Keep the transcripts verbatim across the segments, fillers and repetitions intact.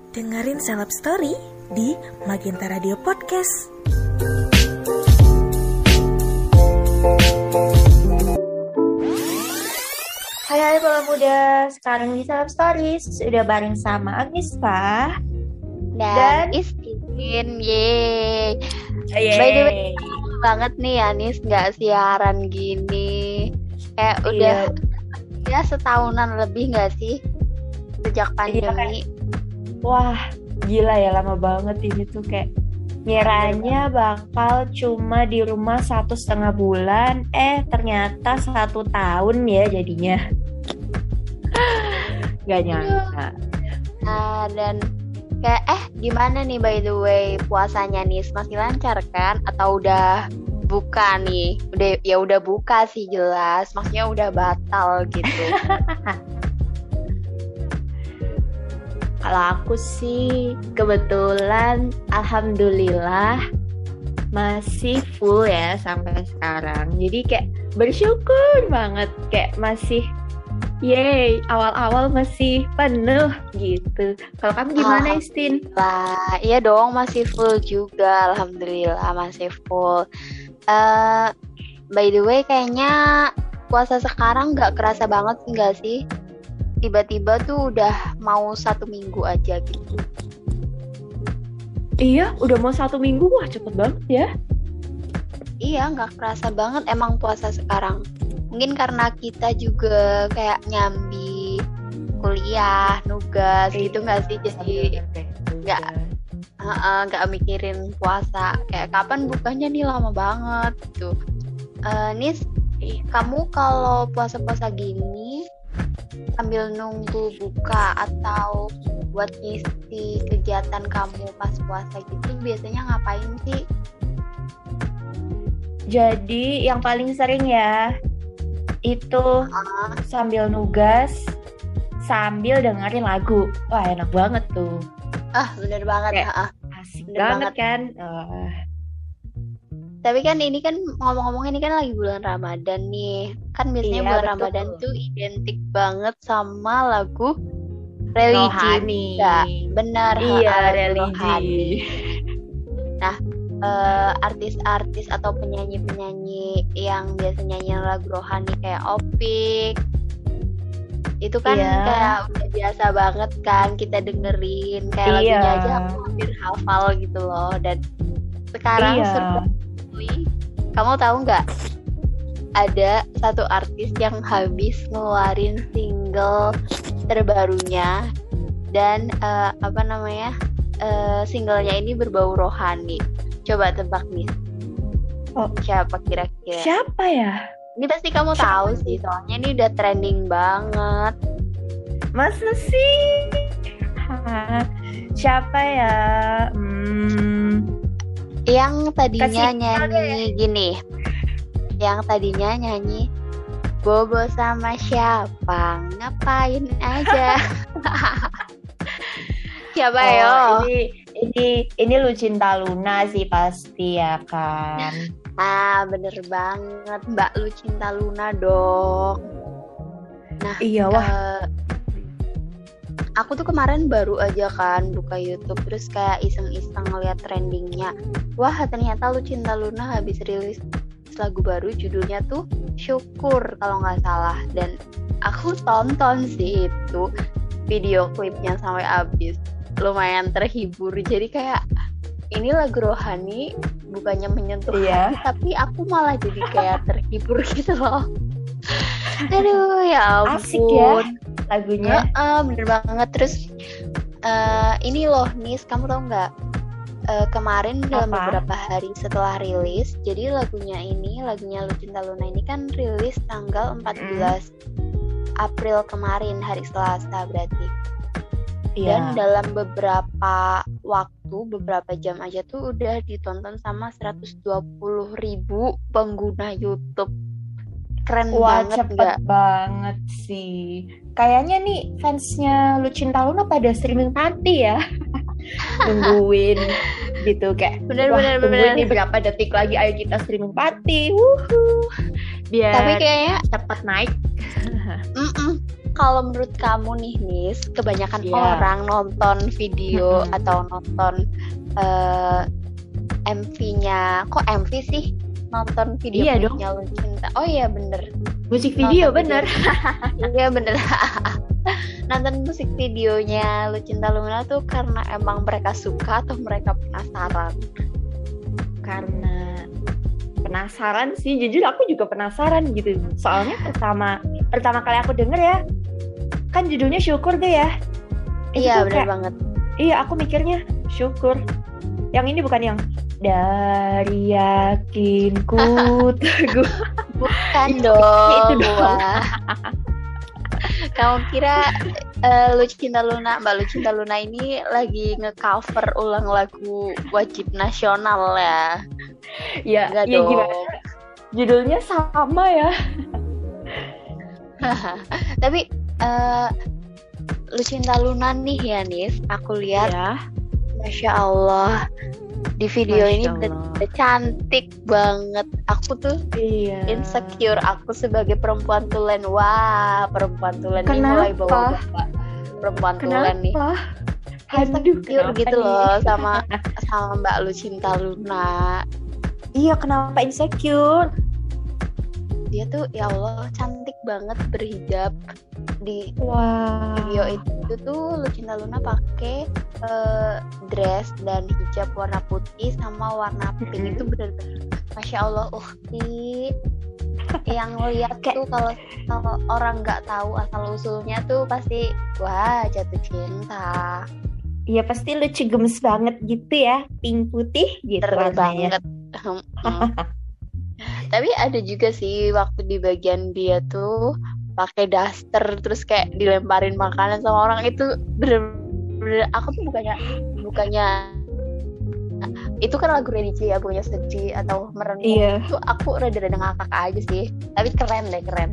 Dengerin Seleb Story di Magenta Radio Podcast. Hai hai para muda, sekarang di Seleb Stories udah bareng sama Agnispa dan, dan Istin. Yeay. Yeay. By the way, banget nih Anis nggak siaran gini. Kayak udah iya. ya setahunan lebih nggak sih sejak pandemi. Iya. Wah, gila ya, lama banget ini tuh. Kayak ngiranya bakal cuma di rumah satu setengah bulan, eh ternyata satu tahun ya jadinya. Gak nyangka. Nah, dan kayak eh gimana nih by the way puasanya nih, masih lancar kan? Atau udah buka nih? Udah ya udah buka sih jelas, maksudnya udah batal gitu. Kalau aku sih kebetulan alhamdulillah masih full ya sampai sekarang. Jadi kayak bersyukur banget, kayak masih yeay, awal-awal masih penuh gitu. Kalau kamu gimana, Istin? Lah, iya dong, masih full juga. Alhamdulillah masih full. Uh, by the way, kayaknya puasa sekarang nggak kerasa banget nggak sih? Tiba-tiba tuh udah mau satu minggu aja gitu. Iya, udah mau satu minggu, wah cepet banget ya. Iya, nggak kerasa banget emang puasa sekarang. Mungkin karena kita juga kayak nyambi kuliah, nugas e, gitu nggak sih, jadi nggak nggak uh, uh, mikirin puasa. Kayak kapan bukanya nih, lama banget gitu. Uh, Nis, kamu kalau puasa-puasa gini sambil nunggu buka atau buat ngisi kegiatan kamu pas puasa gitu, biasanya ngapain sih? Jadi yang paling sering ya itu uh. sambil nugas, sambil dengerin lagu. Wah, enak banget tuh. Ah, bener banget. Kayak, uh. asik bener banget, banget kan. Uh. Tapi kan ini kan ngomong-ngomong ini kan lagi bulan Ramadan nih. Kan biasanya iya, bulan betul. Ramadan tuh identik banget sama lagu religi. Rohani. Gak? Benar. Iya, ha, religi. Rohani. Nah, uh, artis-artis atau penyanyi-penyanyi yang biasa nyanyiin lagu rohani kayak Opik, itu kan iya. kayak udah biasa banget kan kita dengerin. Kayak iya. lagunya aja aku hampir hafal gitu loh. Dan sekarang iya. serba kamu tahu nggak, ada satu artis yang habis ngeluarin single terbarunya dan uh, apa namanya uh, singlenya ini berbau rohani. Coba tebak nih. Oh, siapa kira-kira? Siapa ya? Ini pasti kamu siapa? Tahu sih, soalnya ini udah trending banget. Masa sih? Siapa ya? Hmm. Yang tadinya Kasih nyanyi gini, yang tadinya nyanyi Bobo sama siapa, ngapain aja. Siapa oh, yo? Ini ini ini Lucinta Luna sih pasti ya kan. Ah, bener banget, Mbak Lucinta Luna dong. Nah, iya wah. Uh, aku tuh kemarin baru aja kan buka YouTube, terus kayak iseng-iseng ngeliat trendingnya. Wah, ternyata Lucinta Luna habis rilis lagu baru, judulnya tuh Syukur kalau nggak salah. Dan aku tonton sih itu video klipnya sampai habis, lumayan terhibur. Jadi kayak ini lagu rohani, bukannya menyentuh iya. hati, tapi aku malah jadi kayak terhibur gitu loh. Aduh, ya ampun. Asik ya lagunya. Uh, uh, bener banget. Terus uh, ini loh Nis, kamu tau nggak, uh, kemarin dalam beberapa hari setelah rilis, jadi lagunya ini, lagunya Lucinta Luna ini kan rilis tanggal empat belas mm. April kemarin, hari Selasa berarti. yeah. Dan dalam beberapa waktu, beberapa jam aja tuh udah ditonton sama seratus dua puluh ribu pengguna YouTube. Keren Wah, banget cepet gak? banget sih. Kayaknya nih fansnya Lucinta Luna pada streaming party ya. Nungguin gitu kayak bener, wah bener, tungguin bener. nih berapa detik lagi ayo kita streaming party. Wuhu. Biar Tapi kayaknya cepat naik. Mm-mm. kalau menurut kamu nih Nis, kebanyakan Iya. orang nonton video Mm-mm. atau nonton eh, M V-nya, kok M V sih? Nonton video Iya dong. klipnya Lucinta. Oh iya bener. Musik video Nonton bener. Iya bener. Nonton musik videonya Lucinta Luna tuh karena emang mereka suka atau mereka penasaran? Karena penasaran sih, jujur aku juga penasaran gitu. Soalnya pertama pertama kali aku denger ya, kan judulnya Syukur deh ya. Itu Iya tuh bener kayak, banget. iya aku mikirnya syukur. Yang ini bukan yang dari yakinku teguh. Bukan Itu- dong. itu dong. Wah. Kamu kira eh, Lucinta Luna, Mbak Lucinta Luna ini lagi nge-cover ulang lagu wajib nasional ya? Ya, Enggak ya dong. gimana? Judulnya sama ya. Tapi eh, Lucinta Luna nih ya Nis, aku lihat Ya. Masya Allah di video Masya ini Allah. bener-bener cantik banget. Aku tuh Iya. insecure, aku sebagai perempuan tulen. Wah, perempuan tulen ini mulai Kenapa? bawa bawa perempuan tulen nih. Kenapa? Aduh, Insecure kenapa gitu nih? loh sama sama Mbak Lucinta Luna. Iya, kenapa insecure? Dia tuh ya Allah cantik banget berhijab. Di Wah. video itu tuh Lucinta Luna pakai eh, dress dan hijab warna putih sama warna pink. Mm-mm. Itu bener-bener Masya Allah ukti. Yang lihat Kayak- tuh kalau kalau orang nggak tahu asal usulnya tuh pasti wah jatuh cinta. Iya, pasti lucu gemes banget gitu ya. Pink putih gitu Bener warnanya. banget. Mm. Tapi ada juga sih waktu di bagian dia tuh pakai daster terus kayak dilemparin makanan sama orang, itu bener-bener aku tuh bukannya bukannya itu kan lagu religi ya, bukannya sedih atau merenung. Iya. Itu aku rada-rada ngakak aja sih, tapi keren deh, keren.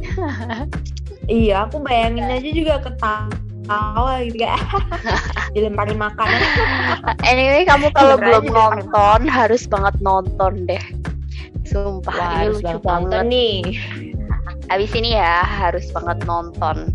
Iya, aku bayangin aja juga ketawa gitu kayak dilemparin makanan. Anyway, kamu kalau Bener belum aja deh, nonton harus banget nonton deh. Sumpah, Wah, ini harus lucu banget nonton banget. nih. Abis ini ya harus banget nonton.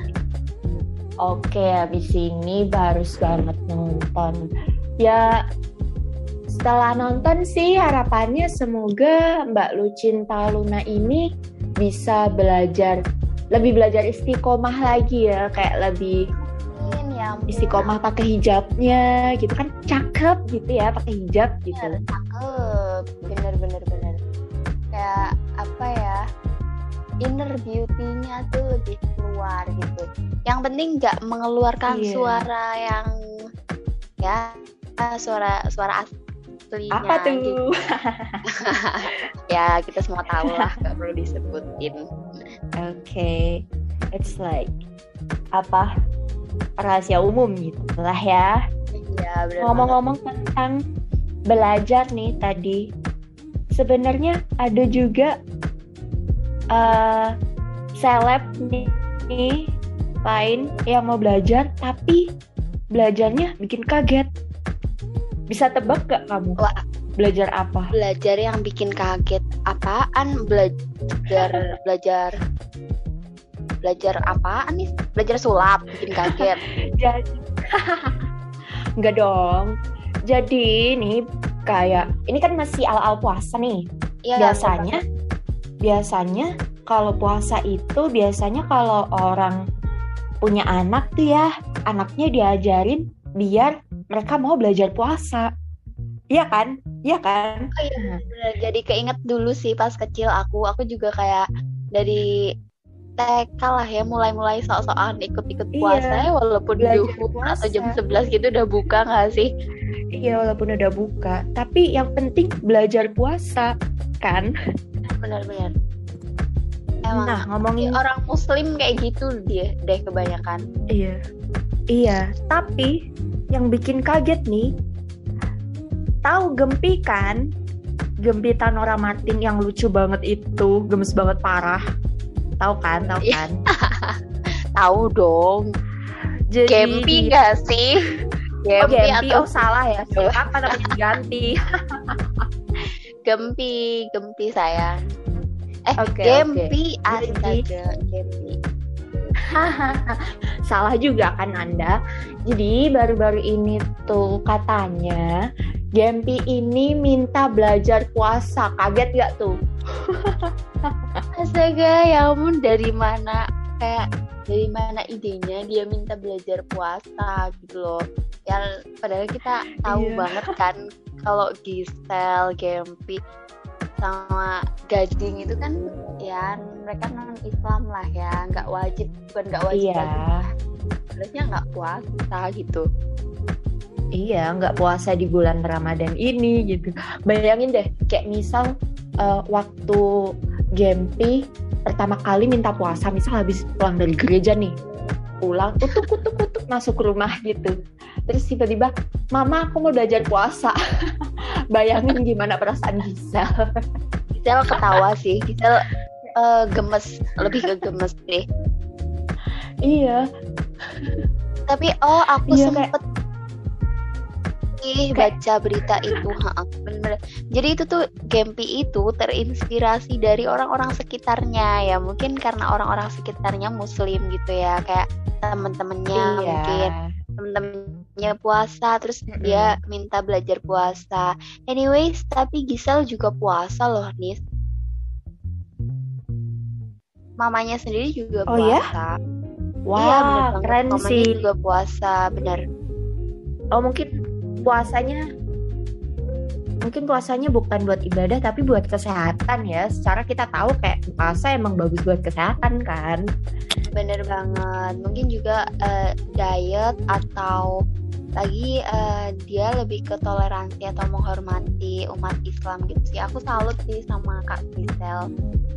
Oke, habis ini harus banget nonton. Ya, setelah nonton sih harapannya semoga Mbak Lucinta Luna ini bisa belajar, lebih belajar istiqomah lagi ya, kayak lebih Amin, ya ampun. istiqomah pakai hijabnya gitu kan, cakep gitu ya pakai hijab gitu. Bener, cakep, bener bener bener. Kayak apa ya? Inner beauty-nya tuh lebih keluar gitu. Yang penting nggak mengeluarkan Iya. suara yang ya suara suara aslinya. Apa tuh? gitu. Ya kita semua tahu lah, nggak perlu disebutin. Oke, it's like apa rahasia umum gitu lah ya. Iya bener Ngomong-ngomong tentang belajar nih tadi, sebenarnya ada juga uh, seleb nih, nih lain yang mau belajar tapi belajarnya bikin kaget. Bisa tebak gak kamu? Wah. Belajar apa? belajar yang bikin kaget apaan? Belajar belajar belajar apaan nih? Belajar sulap bikin kaget. Jadi enggak dong. Jadi nih kayak ini kan masih awal puasa nih. Iya, Biasanya biasanya kalau puasa itu biasanya kalau orang punya anak tuh ya, anaknya diajarin biar mereka mau belajar puasa. Iya kan? Iya kan? Oh iya, bener. Jadi keinget dulu sih pas kecil aku, aku juga kayak dari T K lah ya, mulai-mulai sok-sokan ikut-ikut Iya, puasa ya, walaupun belajar zuhur atau jam puasa. sebelas gitu udah buka nggak sih? Iya, walaupun udah buka, tapi yang penting belajar puasa kan? Benar-benar. Emang Nah, ngomongin orang muslim kayak gitu dia deh kebanyakan. Iya. Iya, tapi yang bikin kaget nih, tahu Gempi kan? Gempi Tanora Martin yang lucu banget itu, gemes banget parah. Tahu kan? Tahu Iya. kan? Tahu dong. Jadi Gempi dia- nggak sih? Oh, Gempi Gempi, atau oh salah ya. Apa namanya diganti? Gempi, Gempi sayang. Eh, Oke, Gempi, oke. astaga, Gempi. Salah juga kan Anda. Jadi baru-baru ini tuh katanya Gempi ini minta belajar puasa. Kaget gak tuh? Astaga, ya ampun, dari mana kayak dari mana idenya dia minta belajar puasa gitu loh. Ya padahal kita tahu Iya. banget kan kalau Gisel, Gempi sama Gading itu kan ya mereka non Islam lah ya, nggak wajib, bukan nggak wajib Iya. harusnya nggak puasa gitu. Iya, nggak puasa di bulan Ramadan ini gitu. Bayangin deh, kayak misal uh, waktu Gempi pertama kali minta puasa, misal habis pulang dari gereja nih, pulang, kutuk kutuk kutuk masuk rumah gitu. Terus tiba-tiba, Mama aku mau belajar puasa. Bayangin gimana perasaan Gisel. Gisel ketawa sih, Gisel uh, gemes, lebih ke gemes deh. Iya. Tapi oh aku Iya, sempet kayak- ih baca berita itu, ha, bener-bener. Jadi itu tuh Gempi itu terinspirasi dari orang-orang sekitarnya ya, mungkin karena orang-orang sekitarnya Muslim gitu ya, kayak temen-temennya Iya. mungkin temen-temennya puasa, terus Mm-mm. dia minta belajar puasa. Anyways, tapi Gisel juga puasa loh, Nis. Mamanya sendiri juga Oh ya? puasa. Wah, Iya bener banget. keren Mamanya sih. juga puasa, bener. Oh mungkin puasanya mungkin puasanya bukan buat ibadah tapi buat kesehatan ya. Secara kita tahu kayak puasa emang bagus buat kesehatan kan. Bener banget. Mungkin juga eh, diet atau lagi eh, dia lebih ke toleransi atau menghormati umat Islam gitu sih. Aku salut sih sama Kak Gisel.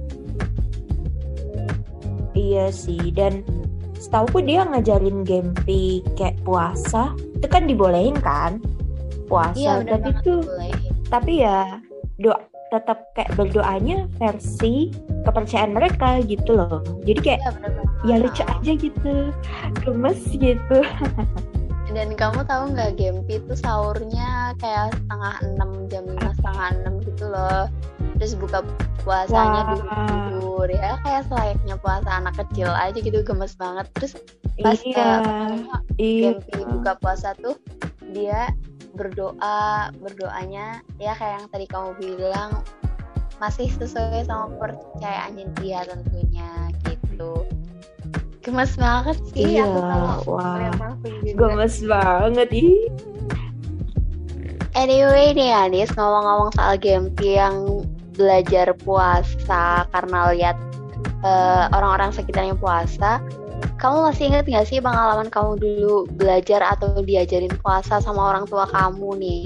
Iya sih, dan setauku dia ngajarin Gempi kayak puasa itu kan dibolehin kan puasa, Iya bener tapi banget, tuh boleh. tapi ya doa tetap kayak berdoanya versi kepercayaan mereka gitu loh. Jadi kayak Iya bener banget. ya lucu aja gitu, gemes gitu. Dan kamu tahu nggak Gempi tuh sahurnya kayak setengah enam, jam lima setengah enam gitu loh. Terus buka puasanya Wah. dulu ya, kayak selayaknya puasa anak kecil aja gitu, gemes banget. Terus pas Iya, eh, apa namanya, iya. Gempi buka puasa tuh dia berdoa, berdoanya ya kayak yang tadi kamu bilang masih sesuai sama kepercayaannya dia tentunya gitu. Gemes banget sih Iya, aku kalau wah. lihat langsung juga. Gemes banget ih. Anyway nih Anis, ngomong-ngomong soal Gempi yang belajar puasa karena lihat eh, orang-orang sekitarnya puasa, kamu masih ingat nggak sih pengalaman kamu dulu belajar atau diajarin puasa sama orang tua kamu nih?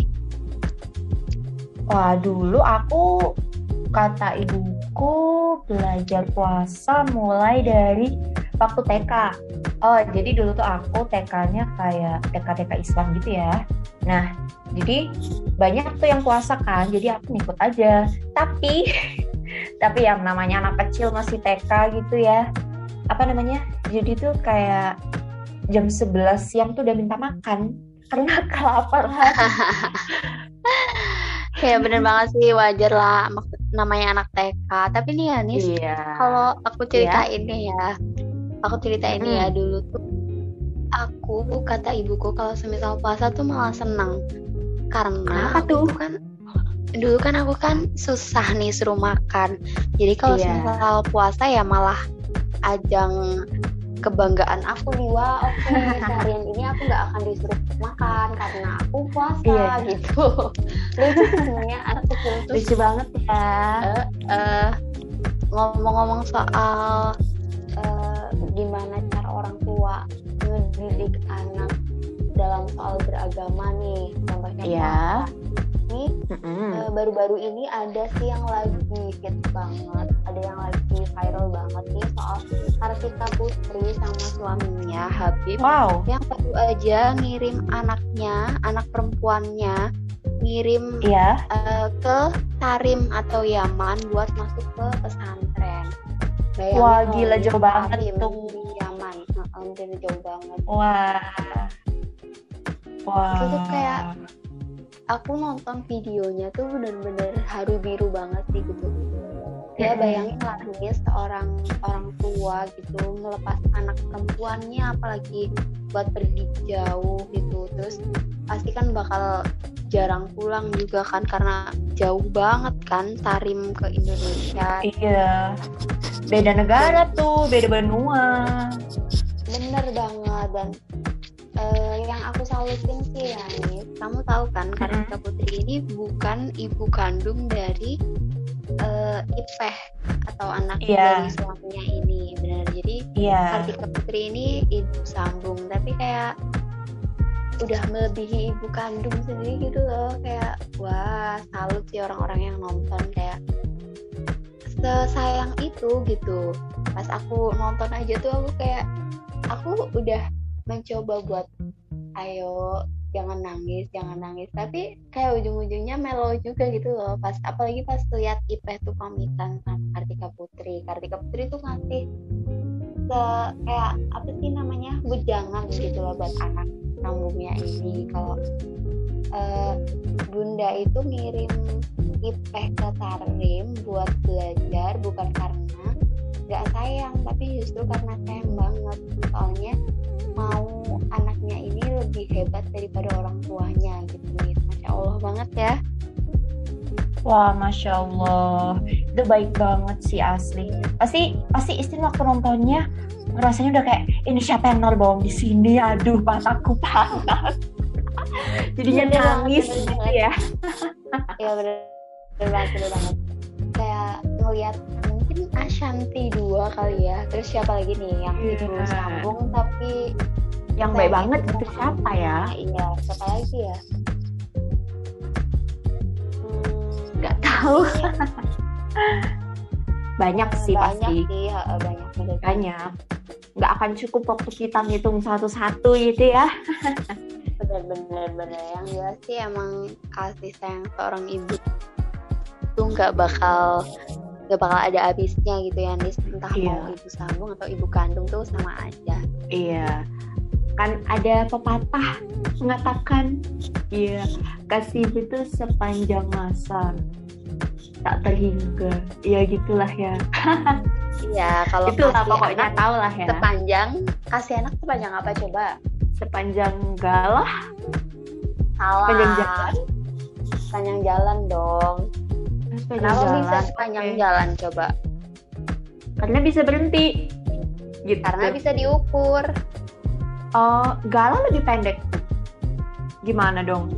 Wah, dulu aku kata ibuku belajar puasa mulai dari waktu T K. Oh, jadi dulu tuh aku T K-nya kayak T K T K Islam gitu ya. Nah, jadi banyak tuh yang puasa kan, jadi aku ngikut aja. Tapi, tapi yang namanya anak kecil masih T K gitu ya. Apa namanya? Jadi tuh kayak jam sebelas siang tuh udah minta makan karena kelaparan. Kayak bener banget sih, wajar lah mak- namanya anak T K. Tapi nih Anis, Iya. kalau aku ceritain nih ya, aku ceritain nih ya Hmm. dulu tuh, aku kata ibuku kalau semisal puasa tuh malah senang karena Kenapa aku tuh? kan dulu kan aku kan susah nih suruh makan. Jadi kalau Iya. semisal puasa ya malah ajang kebanggaan aku nih, wah oke seharian ini aku nggak akan disuruh makan karena aku puasa Iya. gitu. Lucu sih sebenarnya anak kecil tuh. Lucu banget ya. Eh, eh, ngomong-ngomong soal eh, gimana cara orang tua ngedidik anak dalam soal beragama nih, contohnya Iya. puasa. Nih Mm-mm. eh, baru-baru ini ada sih yang lagi hit banget, ada yang lagi viral banget nih soal Kartika Putri sama suaminya Habib Wow. yang baru aja ngirim anaknya, anak perempuannya ngirim Iya. eh, ke Tarim atau Yaman buat masuk ke pesantren. Bayangin Wah, kalau gila, di jauh banget Tarim, tuh. di Yaman. Heeh, jadi jauh banget. Wah. Wah. Itu tuh kayak aku nonton videonya tuh bener-bener haru biru banget sih gitu. Ya bayangin lah nih seorang orang tua gitu melepas anak perempuannya apalagi buat pergi jauh gitu, terus pasti kan bakal jarang pulang juga kan karena jauh banget kan Tarim ke Indonesia. Iya, beda negara tuh, beda benua. Bener banget. Dan uh, yang aku salutin sih ya nih, kamu tahu kan Kartika Putri ini bukan ibu kandung dari uh, Ipeh atau anak yeah. dari suaminya ini, benar. Jadi yeah. Kartika Putri ini ibu sambung, tapi kayak udah melebihi ibu kandung sendiri gitu loh. Kayak wah, salut sih orang-orang yang nonton, kayak sesayang itu gitu. Pas aku nonton aja tuh aku kayak aku udah mencoba buat ayo jangan nangis, jangan nangis, tapi kayak ujung-ujungnya melo juga gitu loh. Pas apalagi pas lihat Ipeh tuh pamitan sama Kartika Putri. Kartika Putri tuh ngasih se kayak apa sih namanya, bujangan gitu loh buat anak kandungnya ini. Kalau uh, bunda itu ngirim Ipeh ke Tarim buat belajar bukan karena nggak sayang, tapi justru karena sayang banget. Soalnya mau anaknya ini lebih hebat daripada orang tuanya gitu nih. Masya Allah banget ya. Wah, Masya Allah, itu baik banget sih asli. Pasti pasti istri waktu nontonnya rasanya udah kayak ini siapa yang nolong di sini, aduh mataku panas. Jadinya ya, nangis bener, gitu bener. ya. Iya bener, bener banget, bener banget. Kayak ngelihat mungkin Ashanti dua kali ya. Terus siapa lagi nih yang yeah. ibu sambung tapi yang baik banget itu siapa ya? Iya, siapa lagi ya? Nggak hmm, tahu. Banyak sih banyak pasti. Sih, ha, banyak banyak. Banyak. Nggak akan cukup waktu kita ngitung satu-satu gitu ya. Bener-bener bener. Yang jelas sih emang kasih sayang seorang ibu itu nggak bakal nggak bakal ada habisnya gitu ya, Nis. Entah iya. mau ibu sambung atau ibu kandung tuh sama aja. Iya. Kan ada pepatah mengatakan, iya, kasih itu sepanjang masa tak terhingga. Iya gitulah ya. Iya, kalau itulah pokoknya tahu lah ya. Sepanjang kasih anak sepanjang apa coba? Sepanjang galah. Salah. Sepanjang jalan. Sepanjang jalan dong. Sepanjang Kenapa jalan. bisa sepanjang okay. jalan coba? Karena bisa berhenti. Gitu. Karena bisa diukur. Oh, galah lebih pendek. Gimana dong?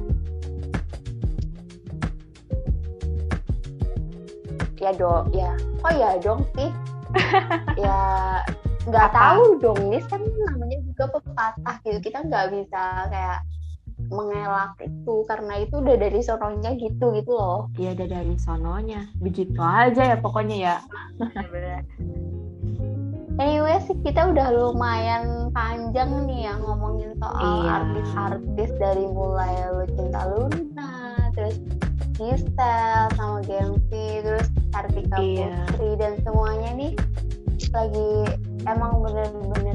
Ya dong, ya. Oh ya dong sih. Ya nggak tahu dong, ini kan namanya juga pepatah gitu. Kita nggak bisa kayak mengelak itu karena itu udah dari sononya gitu gitu loh. Iya, udah dari sononya. Begitu aja ya pokoknya ya. Anyway sih kita udah lumayan panjang nih ya ngomongin soal iya. artis-artis dari mulai Lucinta Luna, terus Giselle sama Gempi, terus Kartika iya. Putri, dan semuanya nih lagi emang bener-bener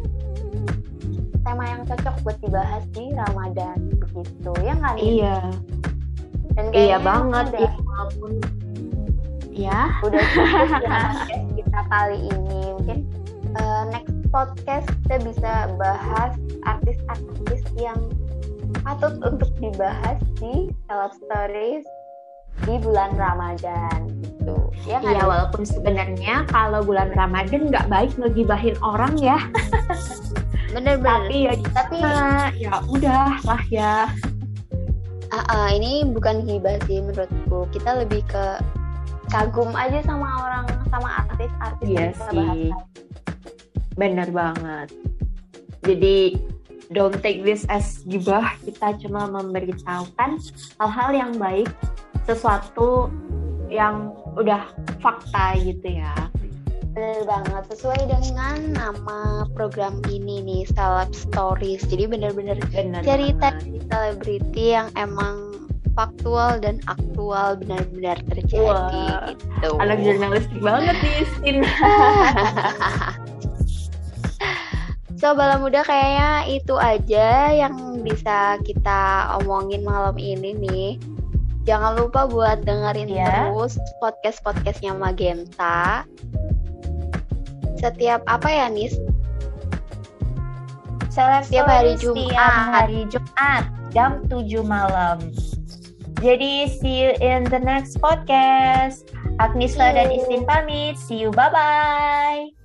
tema yang cocok buat dibahas di Ramadan begitu ya nggak nih? Iya. Dan iya banget udah, ya walaupun ya udah cukup ya podcast kita kali ini. Mungkin uh, next podcast kita bisa bahas artis-artis yang patut untuk dibahas di Celeb Stories di bulan Ramadan gitu. Ya kan? Iya, walaupun sebenarnya kalau bulan Ramadan nggak baik ngegibahin orang ya. Bener-bener. Tapi ya, tapi ya udah lah ya. Uh, uh, ini bukan gibah sih menurutku. Kita lebih ke kagum aja sama orang, sama artis-artis iya yang kita bahas. Bener banget. Jadi don't take this as gibah. Kita cuma memberitahukan hal-hal yang baik, sesuatu yang udah fakta gitu ya. Bener banget, sesuai dengan nama program ini nih, Celeb Stories. Jadi bener-bener Bener cerita banget. selebriti yang emang faktual dan aktual, benar-benar terjadi. Wah, gitu. anak jurnalistik banget nih, Sin. So, Bala Muda, kayaknya itu aja yang bisa kita omongin malam ini nih. Jangan lupa buat dengerin Ya. terus podcast-podcastnya Magenta. Setiap apa ya, Nis? Seleb Setiap hari Stories Jumat. Tiap hari Jumat jam tujuh malam. Jadi see you in the next podcast. Agnista dan See you. Istin pamit. See you, bye-bye.